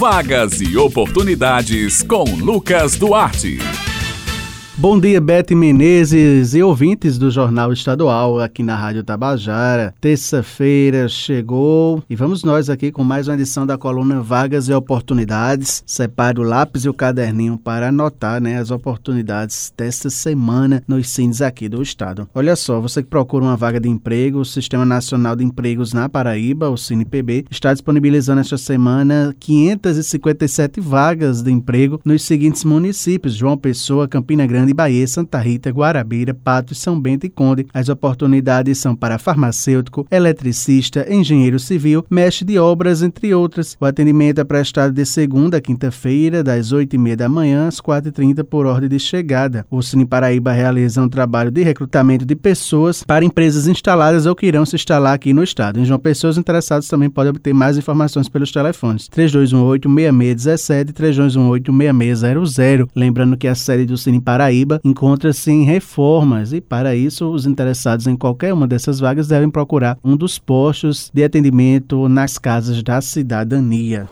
Vagas e oportunidades com Lucas Duarte. Bom dia, Beth Menezes e ouvintes do Jornal Estadual aqui na Rádio Tabajara. Terça-feira chegou e vamos nós aqui com mais uma edição da coluna Vagas e Oportunidades. Separe o lápis e o caderninho para anotar, as oportunidades desta semana nos Cines aqui do estado. Olha só, você que procura uma vaga de emprego, o Sistema Nacional de Empregos na Paraíba, o CinePB, está disponibilizando esta semana 557 vagas de emprego nos seguintes municípios: João Pessoa, Campina Grande, Bahia, Santa Rita, Guarabira, Patos, São Bento e Conde. As oportunidades são para farmacêutico, eletricista, engenheiro civil, mestre de obras, entre outras. O atendimento é prestado de segunda a quinta-feira, das 8h30 da manhã às 4h30 por ordem de chegada. O Cine Paraíba realiza um trabalho de recrutamento de pessoas para empresas instaladas ou que irão se instalar aqui no estado. Em João Pessoa, os interessados também podem obter mais informações pelos telefones 3218-6617 e 3218-6600. Lembrando que a sede do Cine Paraíba encontra-se em reformas e, para isso, os interessados em qualquer uma dessas vagas devem procurar um dos postos de atendimento nas casas da cidadania.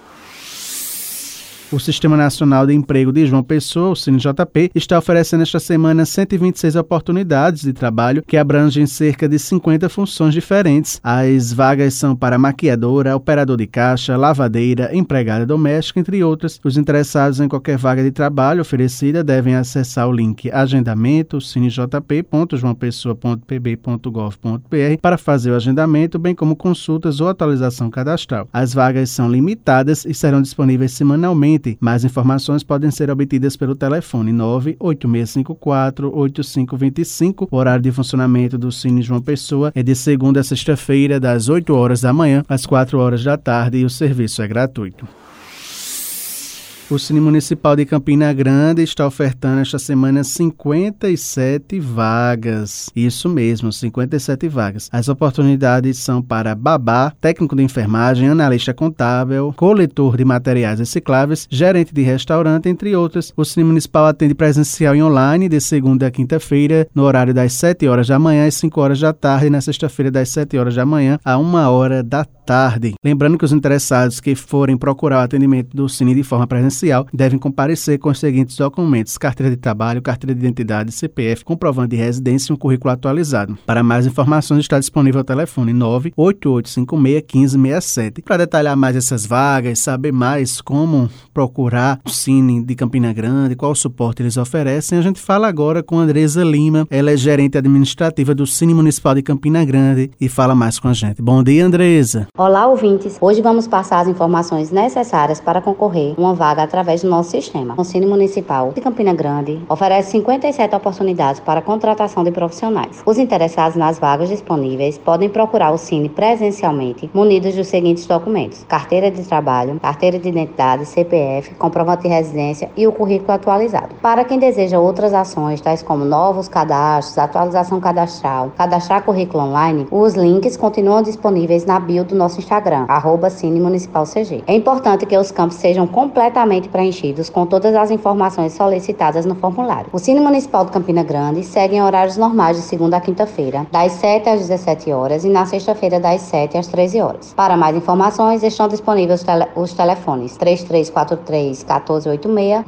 O Sistema Nacional de Emprego de João Pessoa, o CineJP, está oferecendo esta semana 126 oportunidades de trabalho que abrangem cerca de 50 funções diferentes. As vagas são para maquiadora, operador de caixa, lavadeira, empregada doméstica, entre outras. Os interessados em qualquer vaga de trabalho oferecida devem acessar o link agendamento cinejp.joaopessoa.pb.gov.br para fazer o agendamento, bem como consultas ou atualização cadastral. As vagas são limitadas e serão disponíveis semanalmente. Mais informações podem ser obtidas pelo telefone 98654-8525. O horário de funcionamento do Cine João Pessoa é de segunda a sexta-feira, das 8 horas da manhã às 4 horas da tarde, e o serviço é gratuito. O Cine Municipal de Campina Grande está ofertando esta semana 57 vagas. Isso mesmo, 57 vagas. As oportunidades são para babá, técnico de enfermagem, analista contábil, coletor de materiais recicláveis, gerente de restaurante, entre outras. O Cine Municipal atende presencial e online de segunda a quinta-feira, no horário das 7 horas da manhã às 5 horas da tarde, e na sexta-feira das 7 horas da manhã a 1 hora da tarde. Lembrando que os interessados que forem procurar o atendimento do Cine de forma presencial devem comparecer com os seguintes documentos: carteira de trabalho, carteira de identidade, CPF, comprovante de residência e um currículo atualizado. Para mais informações está disponível o telefone 988561567. Para detalhar mais essas vagas, saber mais como procurar o Cine de Campina Grande, qual suporte eles oferecem, a gente fala agora com Andresa Lima. Ela é gerente administrativa do Cine Municipal de Campina Grande e fala mais com a gente. Bom dia, Andresa. Olá, ouvintes. Hoje vamos passar as informações necessárias para concorrer a uma vaga através do nosso sistema. O Cine Municipal de Campina Grande oferece 57 oportunidades para contratação de profissionais. Os interessados nas vagas disponíveis podem procurar o Cine presencialmente, munidos dos seguintes documentos: carteira de trabalho, carteira de identidade, CPF, comprovante de residência e o currículo atualizado. Para quem deseja outras ações, tais como novos cadastros, atualização cadastral, cadastrar currículo online, os links continuam disponíveis na bio do nosso Instagram, @CineMunicipalCG. É importante que os campos sejam completamente preenchidos com todas as informações solicitadas no formulário. O Cine Municipal de Campina Grande segue em horários normais de segunda a quinta-feira, das 7 às 17 horas e na sexta-feira das 7 às 13 horas. Para mais informações, estão disponíveis os telefones 3343-1486,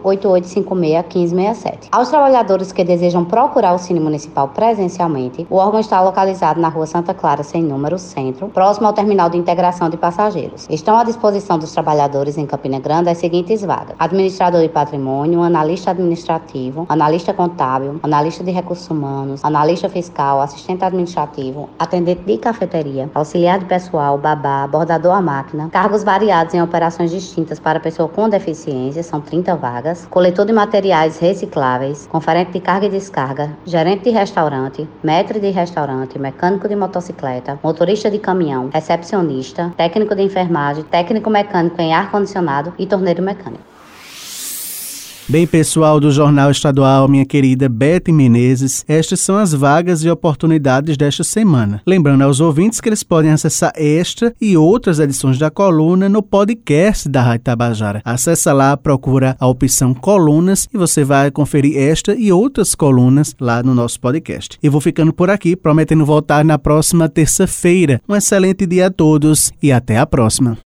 98856-1567. Aos trabalhadores que desejam procurar o Cine Municipal presencialmente, o órgão está localizado na Rua Santa Clara, sem número, Centro, próximo ao terminal de integração de passageiros. Estão à disposição dos trabalhadores em Campina Grande as seguintes vagas: administrador de patrimônio, analista administrativo, analista contábil, analista de recursos humanos, analista fiscal, assistente administrativo, atendente de cafeteria, auxiliar de pessoal, babá, bordador à máquina. Cargos variados em operações distintas para pessoa com deficiência, são 30 vagas. Coletor de materiais recicláveis, conferente de carga e descarga, gerente de restaurante, maître de restaurante, mecânico de motocicleta, motorista de caminhão, recepcionista, técnico de enfermagem, técnico mecânico em ar-condicionado e torneiro mecânico. Bem, pessoal do Jornal Estadual, minha querida Beth Menezes, estas são as vagas e oportunidades desta semana. Lembrando aos ouvintes que eles podem acessar esta e outras edições da coluna no podcast da Rádio Tabajara. Acessa lá, procura a opção Colunas e você vai conferir esta e outras colunas lá no nosso podcast. Eu vou ficando por aqui, prometendo voltar na próxima terça-feira. Um excelente dia a todos e até a próxima.